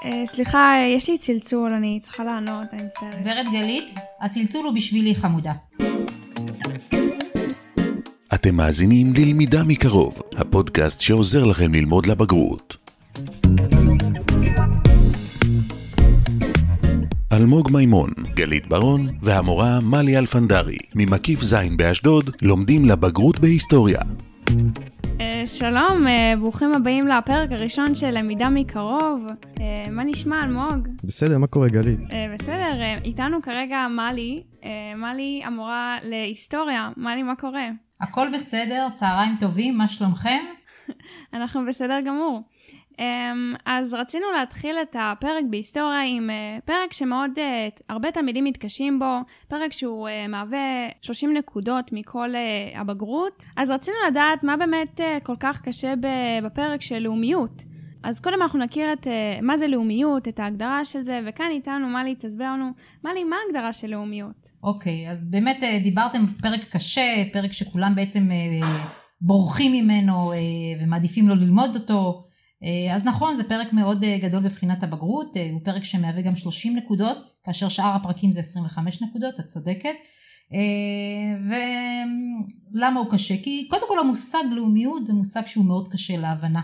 סליחה, יש לי צלצול, אני צריכה לענות, אני מצטערת. גברת גלית, הצלצול הוא בשבילי חמודה. אתם מאזינים ללמידה מקרוב, הפודקאסט שעוזר לכם ללמוד לבגרות. אלמוג מימון, גלית ברון והמורה מלי אלפנדרי, ממקיף זין באשדוד, לומדים לבגרות בהיסטוריה. שלום, ברוכים הבאים לפרק הראשון של למידה מקרוב. מה נשמע, אלמוג? בסדר, מה קורה, גלית? בסדר, איתנו כרגע מלי. מלי המורה להיסטוריה. מלי, מה קורה? הכל בסדר, צהריים טובים, מה שלומכם? אנחנו בסדר גמור. אז רצינו להתחיל את הפרק בהיסטוריה עם פרק שמאוד הרבה תלמידים מתקשים בו, פרק שהוא מהווה 30 נקודות מכל הבגרות. אז רצינו לדעת מה באמת כל כך קשה בפרק של לאומיות. אז קודם אנחנו נכיר את מה זה לאומיות, את ההגדרה של זה, וכאן איתנו מלי תסביר לנו, מלי, מה ההגדרה של לאומיות? אוקיי, אז באמת דיברתם פרק קשה, פרק שכולם בעצם בורחים ממנו ומעדיפים לא ללמוד אותו. אז נכון, זה פרק מאוד גדול בבחינת הבגרות, הוא פרק שמהווה גם 30 נקודות, כאשר שאר הפרקים זה 25 נקודות, את צודקת. ולמה הוא קשה? כי קודם כל המושג לאומיות זה מושג שהוא מאוד קשה להבנה.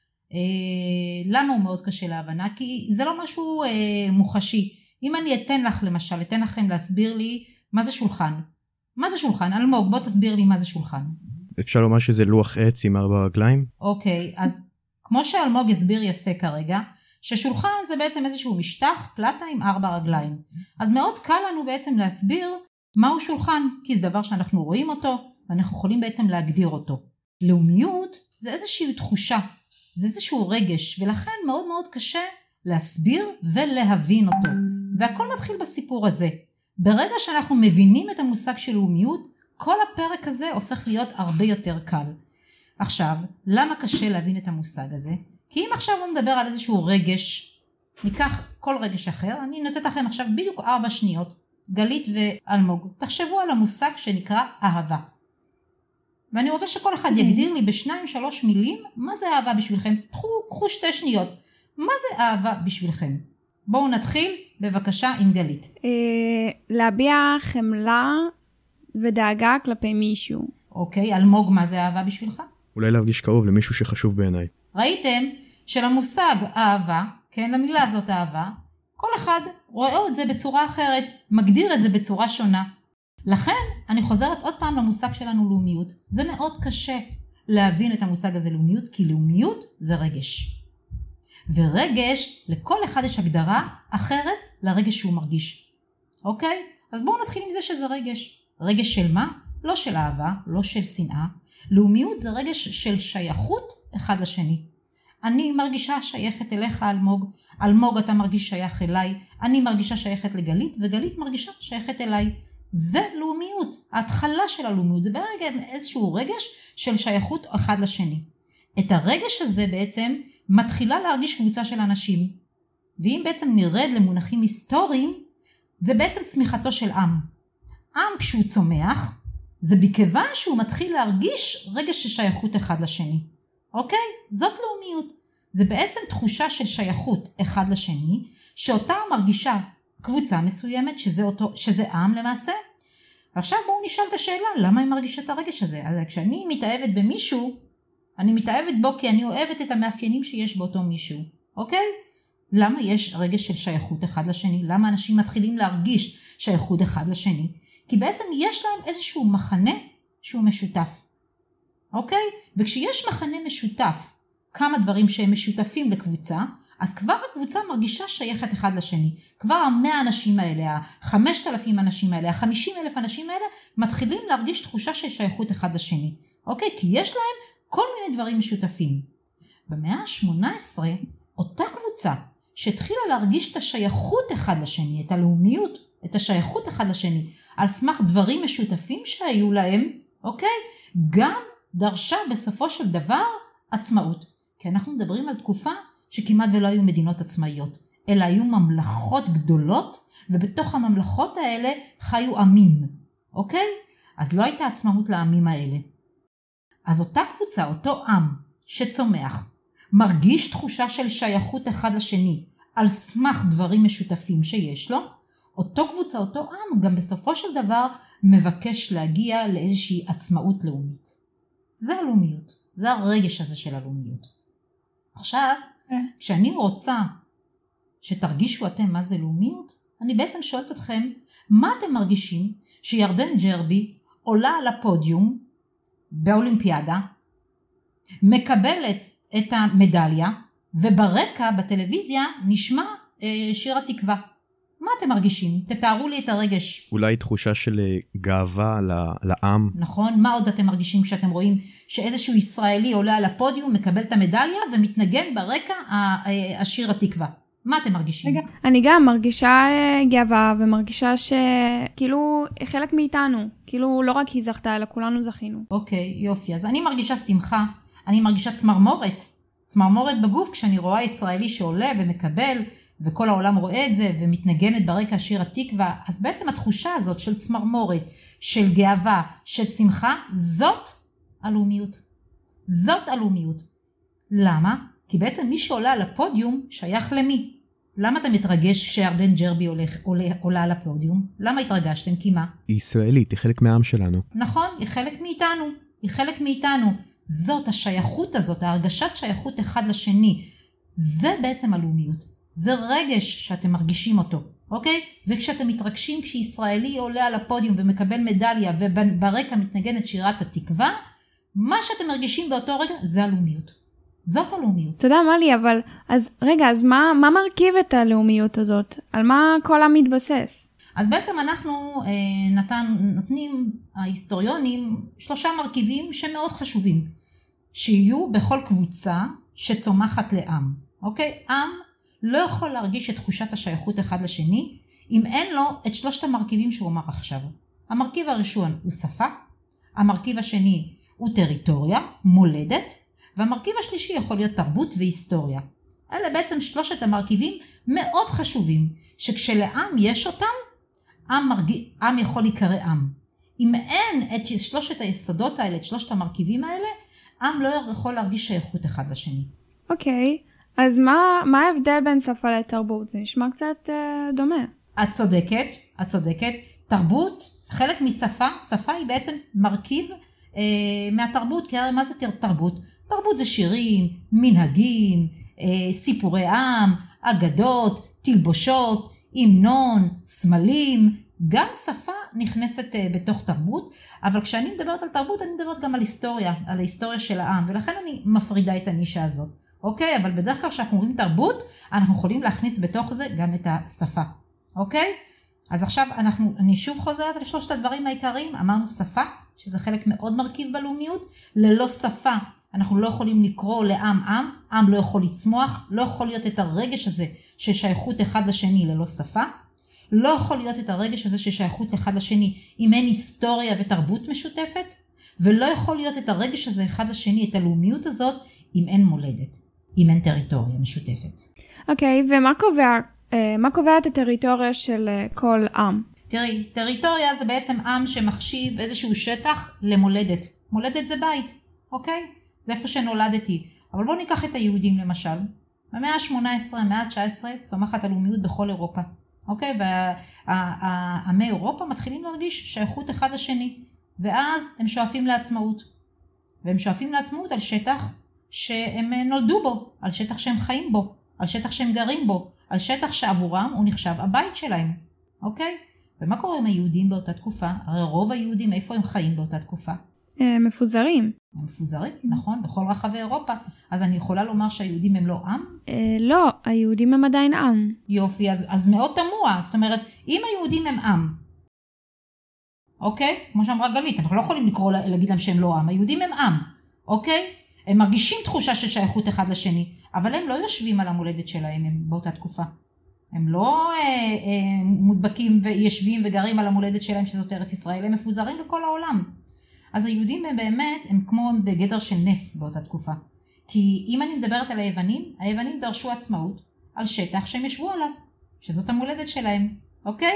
למה הוא מאוד קשה להבנה? כי זה לא משהו מוחשי. אם אני אתן לך למשל, אתן לכם להסביר לי מה זה שולחן. מה זה שולחן? אלמוג, בוא תסביר לי מה זה שולחן. אפשר לומר שזה לוח עץ עם 4 רגליים? אוקיי, אז כמו שאלמוג הסביר יפה כרגע, ששולחן זה בעצם איזשהו משטח פלטה עם 4 רגליים. אז מאוד קל לנו בעצם להסביר מהו שולחן, כי זה דבר שאנחנו רואים אותו, ואנחנו יכולים בעצם להגדיר אותו. לאומיות זה איזושהי תחושה, זה איזשהו רגש, ולכן מאוד מאוד קשה להסביר ולהבין אותו. והכל מתחיל בסיפור הזה. ברגע שאנחנו מבינים את המושג של לאומיות, כל הפרק הזה הופך להיות הרבה יותר קל. עכשיו, למה קשה להבין את המושג הזה? כי אם עכשיו הוא מדבר על איזשהו רגש, ניקח כל רגש אחר, אני נותנת לכם עכשיו בדיוק 4 שניות, גלית ואלמוג, תחשבו על המושג שנקרא אהבה. ואני רוצה שכל אחד יגדיר לי ב2-3 מילים, מה זה אהבה בשבילכם? קחו 2 שניות. מה זה אהבה בשבילכם? בואו נתחיל בבקשה עם גלית. להביע חמלה ודאגה כלפי מישהו. אוקיי, אלמוג, מה זה אהבה בשבילך? אולי להרגיש קרוב למישהו שחשוב בעיניי. ראיתם שלמושג אהבה, כן, למילה הזאת אהבה, כל אחד רואה את זה בצורה אחרת, מגדיר את זה בצורה שונה. לכן אני חוזרת עוד פעם למושג שלנו לאומיות. זה מאוד קשה להבין את המושג הזה לאומיות, כי לאומיות זה רגש. ורגש, לכל אחד יש הגדרה אחרת לרגש שהוא מרגיש. אוקיי? אז בואו נתחיל עם זה שזה רגש. רגש של מה? לא של אהבה, לא של שנאה. לאומיות זה רגש של שייכות אחד לשני. אני מרגישה שייכת אליך, אלמוג. אלמוג, אתה מרגיש שייך אליי. אני מרגישה שייכת לגלית, וגלית מרגישה שייכת אליי. זה לאומיות. ההתחלה של הלאומיות זה ברגע איזשהו רגש של שייכות אחד לשני. את הרגש הזה בעצם מתחילה להרגיש קבוצה של אנשים. ואם בעצם נרד למונחים היסטוריים, זה בעצם צמיחתו של עם. עם כשהוא צומח, זה בכיוון שהוא מתחיל להרגיש רגש של שייכות אחד לשני. אוקיי? זאת לאומיות. זה בעצם תחושה של שייכות אחד לשני, שאותה מרגישה קבוצה מסוימת, שזה עם למעשה. ועכשיו בואו נשאל את השאלה, למה היא מרגישה את הרגש הזה? אז כשאני מתאהבת במישהו, אני מתאהבת בו כי אני אוהבת את המאפיינים שיש באותו מישהו. אוקיי? למה יש רגש של שייכות אחד לשני? למה אנשים מתחילים להרגיש שייכות אחד לשני? כי בעצם יש להם איזשהו מחנה שהוא משותף. אוקיי? וכשיש מחנה משותף, כמה דברים שהם משותפים לקבוצה, אז כבר הקבוצה מרגישה שייכת אחד לשני. כבר 100 אנשים האלה, 5,000 אנשים האלה, 50,000 אנשים האלה, מתחילים להרגיש תחושה של שייכות אחד לשני. אוקיי? כי יש להם כל מיני דברים משותפים. במאה ה-18, אותה קבוצה שהתחילה להרגיש את השייכות אחד לשני, את הלאומיות, את השייכות אחד לשני, על סמך דברים משותפים שהיו להם, אוקיי? גם דרשה בסופו של דבר עצמאות. כי אנחנו מדברים על תקופה שכמעט ולא היו מדינות עצמאיות, אלא היו ממלכות גדולות, ובתוך הממלכות האלה חיו עמים, אוקיי? אז לא הייתה עצמאות לעמים האלה. אז אותה קבוצה, אותו עם שצומח, מרגיש תחושה של שייכות אחד לשני, על סמך דברים משותפים שיש לו, אותו קבוצה, אותו עם, גם בסופו של דבר מבקש להגיע לאיזושהי עצמאות לאומית. זה הלאומיות, זה הרגש הזה של הלאומיות. עכשיו, כשאני רוצה שתרגישו אתם מה זה לאומיות, אני בעצם שואלת אתכם, מה אתם מרגישים שירדן ג'רבי עולה על הפודיום באולימפיאדה, מקבלת את המדליה, וברקע בטלוויזיה נשמע שיר התקווה. מה אתם מרגישים? תתארו לי את הרגש. אולי תחושה של גאווה לעם. נכון, מה עוד אתם מרגישים כשאתם רואים שאיזשהו ישראלי עולה על הפודיום, מקבל את המדליה ומתנגן ברקע השיר התקווה? מה אתם מרגישים? רגע, אני גם מרגישה גאווה ומרגישה שכאילו חלק מאיתנו, כאילו לא רק היא זכתה אלא כולנו זכינו. אוקיי, יופי. אז אני מרגישה שמחה, אני מרגישה צמרמורת בגוף כשאני רואה ישראלי שעולה ומקבל, וכל העולם רואה את זה ומתנגנת ברקע שיר התקווה. אז בעצם התחושה הזאת של צמרמורת, של גאווה, של שמחה, זאת הלאומיות. זאת הלאומיות. למה? כי בעצם מי שעולה על הפודיום שייך למי? למה אתה מתרגש שירדן ג'רבי עולה על הפודיום? למה התרגשתם? כי מה? היא ישראלית, היא חלק מהעם שלנו. נכון, היא חלק מאיתנו. זאת השייכות הזאת, ההרגשת שייכות אחד לשני. זה בעצם הלאומיות. זה רגש שאתם מרגישים אותו, אוקיי? זה כשאתם מתרגשים כשישראלי עולה על הפודיום ומקבל מדליה וברקע מתנגנת שירת התקווה, מה שאתם מרגישים באותו רגע זה הלאומיות. זאת הלאומיות. תודה מלי, אבל אז מה מרכיב את הלאומיות הזאת? על מה כל המתבסס? אז בעצם אנחנו נותנים ההיסטוריונים 3 מרכיבים שמאוד חשובים, שיהיו בכל קבוצה שצומחת לעם, אוקיי? עם לא יכול להרגיש את תחושת השייכות אחד לשני, אם אין לו את 3 המרכיבים שהוא אמר עכשיו. המרכיב הראשון הוא שפה, המרכיב השני הוא טריטוריה, מולדת, והמרכיב השלישי יכול להיות תרבות והיסטוריה. אלה בעצם 3 המרכיבים מאוד חשובים, שכשלעם יש אותם, עם יכול להיקרא עם. אם אין את 3 היסודות האלה, את 3 המרכיבים האלה, עם לא יכול להרגיש שייכות אחד לשני. אוקיי, אז מה ההבדל בין שפה לתרבות? זה נשמע קצת דומה. את צודקת. תרבות, חלק משפה, שפה היא בעצם מרכיב מהתרבות, כי הרי מה זה תרבות? תרבות זה שירים, מנהגים, סיפורי עם, אגדות, תלבושות, המנון, סמלים, גם שפה נכנסת בתוך תרבות, אבל כשאני מדברת על תרבות, אני מדברת גם על היסטוריה, על ההיסטוריה של העם, ולכן אני מפרידה את הנישה הזאת. אוקיי? אבל בדרך כלל כשאנחנו אומרים תרבות, אנחנו יכולים להכניס בתוך זה גם את השפה. אוקיי? אז עכשיו אני שוב חוזרת על 3 הדברים העיקריים. אמרנו שפה, שזה חלק מאוד מרכיב בלאומיות. ללא שפה, אנחנו לא יכולים לקרוא לעם עם, עם לא יכול לצמוח, לא יכול להיות את הרגש הזה של שייכות אחד לשני ללא שפה. לא יכול להיות את הרגש הזה של שייכות אחד לשני אם אין היסטוריה ותרבות משותפת, ולא יכול להיות את הרגש הזה אחד לשני, את הלאומיות הזאת, אם אין מולדת, אם אין טריטוריה משותפת. אוקיי, ומה קובע את הטריטוריה של כל עם? תראי, טריטוריה זה בעצם עם שמחשיב איזשהו שטח למולדת. מולדת זה בית, אוקיי? זה איפה שנולדתי. אבל בואו ניקח את היהודים למשל. במאה ה-18, המאה ה-19 צומחת הלאומיות בכל אירופה. אוקיי? ועמי אירופה מתחילים להרגיש שייכות אחד לשני. ואז הם שואפים לעצמאות. והם שואפים לעצמאות על שטח שהם נולדו בו, על שטח שהם חיים בו, על שטח שהם גרים בו, על שטח שעבורם הוא נחשב הבית שלהם. אוקיי? ומה קורה עם היהודים באותה תקופה? הרי רוב היהודים איפה הם חיים באותה תקופה? מפוזרים. הם מפוזרים, נכון, בכל רחבי אירופה. אז אני יכולה לומר שהיהודים הם לא עם? לא, היהודים הם עדיין עם. יופי, אז מאוד תמוה. זאת אומרת, אם היהודים הם עם, אוקיי? כמו שאמרה גלית, אנחנו לא יכולים להגיד להם שהם לא עם. היהודים הם עם, אוקיי? הם מרגישים תחושה של שייכות אחד לשני, אבל הם לא יושבים על המולדת שלהם באותה תקופה. הם לא מודבקים וישבים וגרים על המולדת שלהם שזאת ארץ ישראל, הם מפוזרים בכל העולם. אז היהודים הם באמת, הם כמו בגדר של נס באותה תקופה. כי אם אני מדברת על היוונים דרשו עצמאות על שטח שהם ישבו עליו, שזאת המולדת שלהם, אוקיי?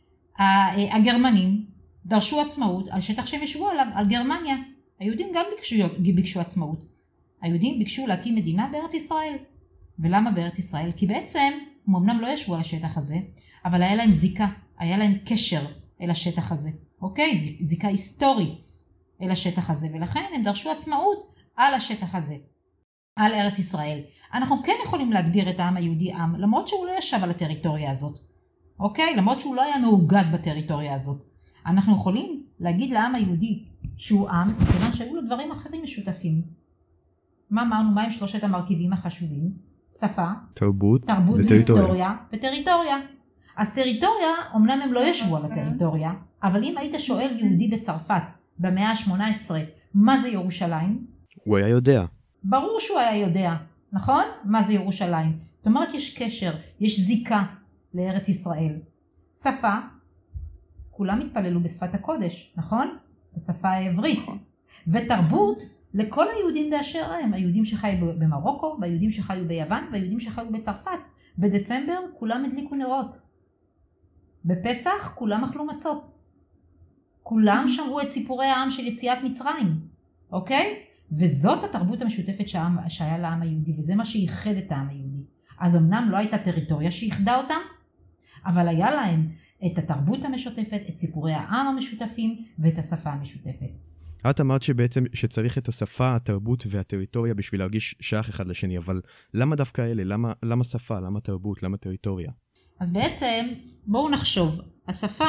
הגרמנים דרשו עצמאות על שטח שהם ישבו עליו, על גרמניה. היהודים גם ביקשו עצמאות. היהודים ביקשו להקים מדינה בארץ ישראל. ולמה בארץ ישראל? כי בעצם הם אמנם לא ישבו על השטח הזה, אבל היה להם זיקה, היה להם קשר אל השטח הזה, אוקיי? זיקה היסטורית אל השטח הזה, ולכן הם דרשו עצמאות על השטח הזה, על ארץ ישראל. אנחנו כן יכולים להגדיר את העם היהודי עם, למרות שהוא לא ישב על הטריטוריה הזאת, אוקיי? למרות שהוא לא היה מאוגד בטריטוריה הזאת. אנחנו יכולים להגיד לעם היהודי שהוא עם, כיוון שהיו לו דברים אחרים משותפים. מה אמרנו? מה הם שלושת המרכיבים החשובים? שפה, תרבות והיסטוריה וטריטוריה. אז טריטוריה, אומנם הם לא ישבו על הטריטוריה, אבל אם היית שואל יהודי בצרפת במאה ה-18, מה זה ירושלים? הוא היה יודע. ברור שהוא היה יודע, נכון? מה זה ירושלים? זאת אומרת, יש קשר, יש זיקה לארץ ישראל. שפה, כולם התפללו בשפת הקודש, נכון? בשפה העברית. ותרבות, לכל היהודים באשר הם, היהודים שחיו במרוקו, והיהודים שחיו ביוון, והיהודים שחיו בצרפת. בדצמבר כולם הדליקו נרות. בפסח כולם אכלו מצות. כולם שמעו את סיפורי העם של יציאת מצרים, אוקיי? וזאת התרבות המשותפת שהיה לעם היהודי, וזה מה שייחד את העם היהודי. אז אמנם לא הייתה טריטוריה שיחדה אותם, אבל היה להם את התרבות המשותפת, את סיפורי העם המשותפים ואת השפה המשותפת. את אמרת שבעצם שצריך את השפה, התרבות והטריטוריה בשביל להרגיש שייך אחד לשני, אבל למה דווקא אלה? למה שפה? למה תרבות? למה טריטוריה? אז בעצם בואו נחשוב, השפה,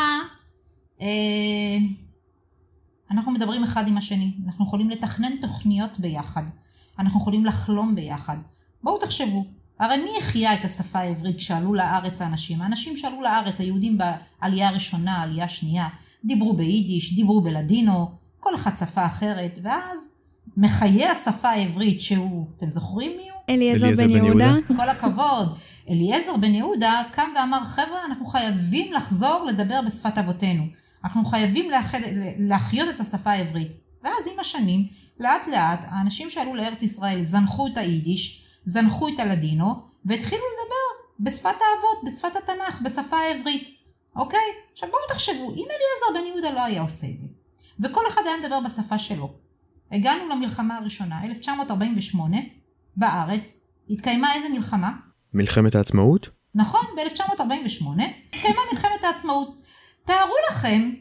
אנחנו מדברים אחד עם השני, אנחנו יכולים לתכנן תוכניות ביחד, אנחנו יכולים לחלום ביחד. בואו תחשבו, הרי מי החיה את השפה העברית כשעלו לארץ האנשים? האנשים שעלו לארץ, היהודים בעלייה הראשונה, עלייה שנייה, דיברו ביידיש, דיברו בלדינו, כל אחד שפה אחרת, ואז מחיי השפה העברית שהוא, אתם זוכרים מי הוא? אליעזר בן יהודה. כל הכבוד. אליעזר בן יהודה קם ואמר, חבר'ה, אנחנו חייבים לחזור לדבר בשפת אבותינו. אנחנו חייבים להחיות את השפה העברית. ואז עם השנים, לאט לאט, האנשים שעלו לארץ ישראל זנחו את היידיש, זנחו את הלדינו, והתחילו לדבר בשפת האבות, בשפת התנ"ך, בשפה העברית. אוקיי? עכשיו בואו תחשבו, אם אליעזר בן יהודה לא היה עושה את זה, וכל אחד היה מדבר בשפה שלו. הגענו למלחמה הראשונה, 1948, בארץ, התקיימה איזה מלחמה? מלחמת העצמאות? נכון, ב-1948 התקיימה מלחמת העצמאות. תארו לכם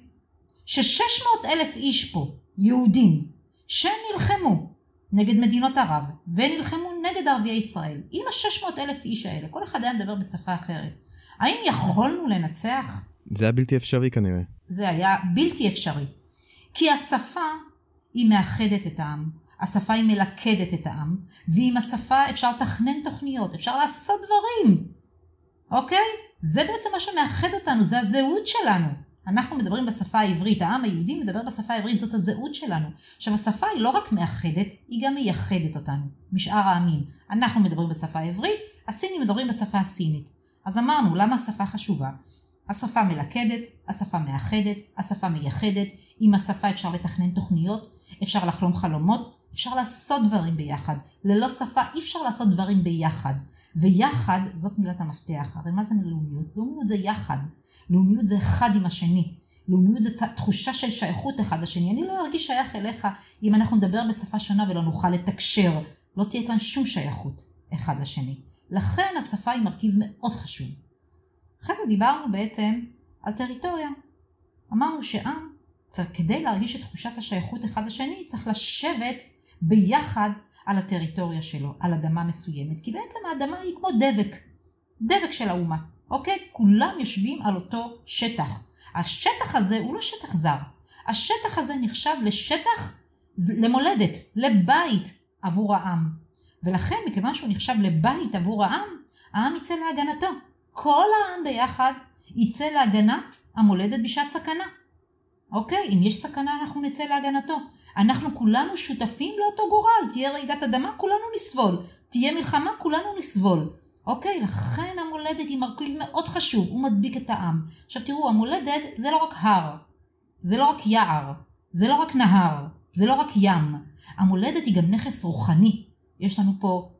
ש600,000 איש פה, יהודים, שנלחמו נגד מדינות ערב, ונלחמו נגד ערביי ישראל. עם ה600,000 איש האלה, כל אחד היה מדבר בשפה אחרת. האם יכולנו לנצח? זה היה בלתי אפשרי כנראה. זה היה בלתי אפשרי. כי השפה היא מאחדת את העם, השפה היא מלכדת את העם, ועם השפה אפשר לתכנן תוכניות, אפשר לעשות דברים. אוקיי? זה בעצם מה שמאחד אותנו, זה הזהות שלנו. אנחנו מדברים בשפה העברית, העם היהודי מדבר בשפה העברית, זאת הזהות שלנו. עכשיו השפה היא לא רק מאחדת, היא גם מייחדת אותנו, משאר העמים. אנחנו מדברים בשפה העברית, הסינים מדברים בשפה הסינית. אז אמרנו, למה השפה חשובה? השפה מלכדת, השפה מאחדת, השפה מייחדת. עם השפה אפשר לתכנן תוכניות, אפשר לחלום חלומות, אפשר לעשות דברים ביחד. ללא שפה אי אפשר לעשות דברים ביחד. ויחד זאת מילת המפתח. הרי מה זה לאומיות? לאומיות זה יחד. לאומיות זה אחד עם השני. לאומיות זה תחושה של שייכות אחד לשני. אני לא ארגיש שייך אליך אם אנחנו נדבר בשפה שונה ולא נוכל לתקשר. לא תהיה כאן שום שייכות אחד לשני. לכן השפה היא מרכיב מאוד חשוב. אחרי זה דיברנו בעצם על טריטוריה. אמרנו שעם, כדי להרגיש את תחושת השייכות אחד לשני, צריך לשבת ביחד על הטריטוריה שלו, על אדמה מסוימת. כי בעצם האדמה היא כמו דבק של האומה. אוקיי? כולם יושבים על אותו שטח. השטח הזה הוא לא שטח זר. השטח הזה נחשב לשטח, למולדת, לבית עבור העם. ולכן, מכיוון שהוא נחשב לבית עבור העם יצא להגנתו. כל העם ביחד יצא להגנת המולדת בשעת סכנה. אוקיי? אם יש סכנה אנחנו נצא להגנתו. אנחנו כולנו שותפים לאותו גורל. תהיה רעידת אדמה, כולנו נסבול. תהיה מלחמה, כולנו נסבול. אוקיי? לכן המולדת היא מרכיב מאוד חשוב. הוא מדביק את העם. עכשיו תראו, המולדת זה לא רק הר. זה לא רק יער. זה לא רק נהר. זה לא רק ים. המולדת היא גם נכס רוחני. יש לנו פה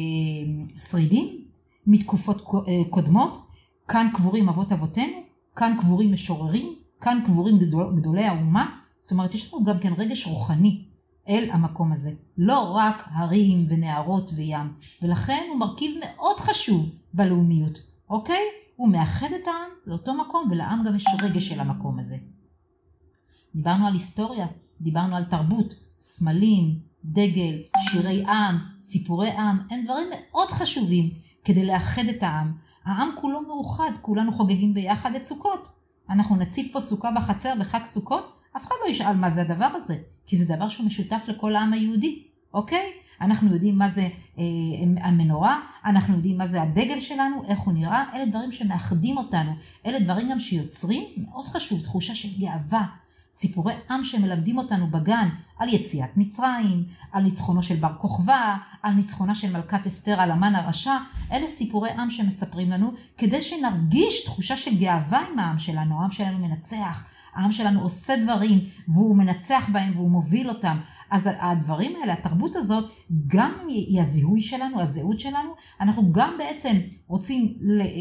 שרידים מתקופות קודמות. כאן קבורים אבות אבותינו. כאן קבורים משוררים. כאן קבורים גדולי האומה. זאת אומרת, יש לנו גם כן רגש רוחני אל המקום הזה. לא רק הרים ונערות וים. ולכן הוא מרכיב מאוד חשוב בלאומיות. אוקיי? הוא מאחד את העם לאותו מקום, ולעם גם יש רגש של המקום הזה. דיברנו על היסטוריה, דיברנו על תרבות, סמלים, דגל, שירי עם, סיפורי עם, הם דברים מאוד חשובים כדי לאחד את העם. העם כולו מאוחד, כולנו חוגגים ביחד את סוכות. אנחנו נציב פה סוכה בחצר בחג סוכות, אף אחד לא ישאל מה זה הדבר הזה, כי זה דבר שהוא משותף לכל העם היהודי, אוקיי? אנחנו יודעים מה זה המנורה, אנחנו יודעים מה זה הדגל שלנו, איך הוא נראה, אלה דברים שמאחדים אותנו, אלה דברים גם שיוצרים, מאוד חשוב, תחושה של גאווה, סיפורי עם שמלמדים אותנו בגן, על יציאת מצרים, על ניצחונו של בר כוכבא, על ניצחונה של מלכת אסתר על המן הרשע, אלה סיפורי עם שמספרים לנו, כדי שנרגיש תחושה של גאווה עם העם שלנו, העם שלנו מנצח, העם שלנו עושה דברים, והוא מנצח בהם והוא מוביל אותם. אז הדברים האלה, התרבות הזאת, גם היא הזיהוי שלנו, הזהות שלנו, אנחנו גם בעצם רוצים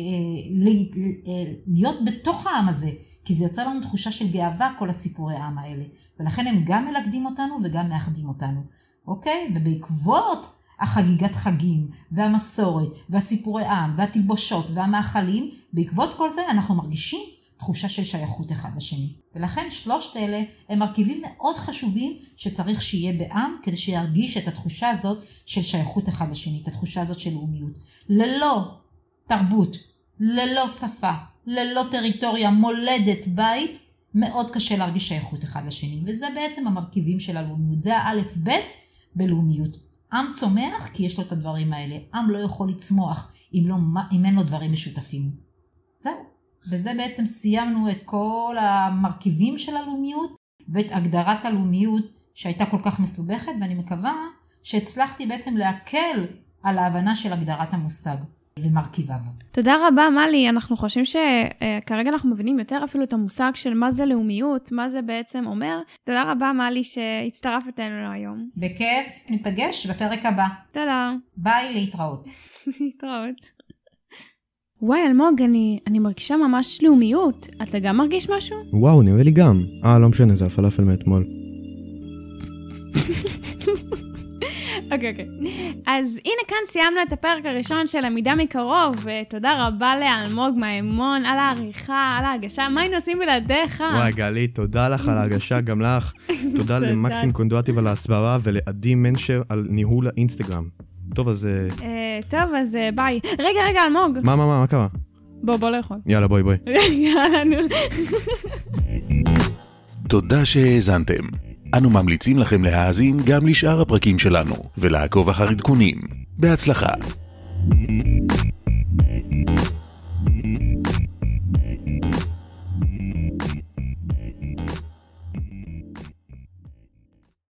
להיות בתוך העם הזה, כי זה יוצר לנו תחושה של גאווה, כל הסיפורי העם האלה. ולכן הם גם מלכדים אותנו וגם מאחדים אותנו. אוקיי? ובעקבות החגיגת חגים והמסורת והסיפורי עם והתלבושות והמאכלים, בעקבות כל זה אנחנו מרגישים תחושה של שייכות אחד לשני. ולכן שלושת אלה הם מרכיבים מאוד חשובים שצריך שיהיה בעם, כדי שירגיש את התחושה הזאת של שייכות אחד לשני, את התחושה הזאת של לאומיות. ללא תרבות, ללא שפה, ללא טריטוריה, מולדת, בית, מאוד קשה להרגיש שייכות אחד לשני. וזה בעצם המרכיבים של הלאומיות. זה האלף בית בלאומיות. עם צומח כי יש לו את הדברים האלה. עם לא יכול לצמוח אם אין לו דברים משותפים. זהו. וזה בעצם סיימנו את כל המרכיבים של הלאומיות ואת הגדרת הלאומיות שהייתה כל כך מסובכת, ואני מקווה שהצלחתי בעצם להקל על ההבנה של הגדרת המושג ומרכיביו. תודה רבה, מלי. אנחנו חושבים שכרגע אנחנו מבינים יותר אפילו את המושג של מה זה לאומיות, מה זה בעצם אומר. תודה רבה, מלי, שהצטרפת אלינו היום. בכיף, ניפגש בפרק הבא. תודה. ביי, להתראות. להתראות. וואי, אלמוג, אני מרגישה ממש לאומיות. אתה גם מרגיש משהו? וואו, נראה לי גם. לא משנה, זה הפלאפל מאתמול. אוקיי. אז הנה כאן סיימנו את הפרק הראשון של למידה מקרוב, ותודה רבה לאלמוג מהאמון על העריכה, על ההגשה. מה היינו עושים בלעדיך? וואי, גלי, תודה לך על ההגשה, גם לך. תודה למקסים קונדואטיב על ההסברה ולעדי מנשר על ניהול האינסטגרם. טוב, אז ביי. רגע, אלמוג. מה קרה? בוא לאכול. יאללה, בואי. יאללה, נו. תודה שהאזנתם. אנו ממליצים לכם להאזין גם לשאר הפרקים שלנו, ולעקוב אחר עדכונים. בהצלחה.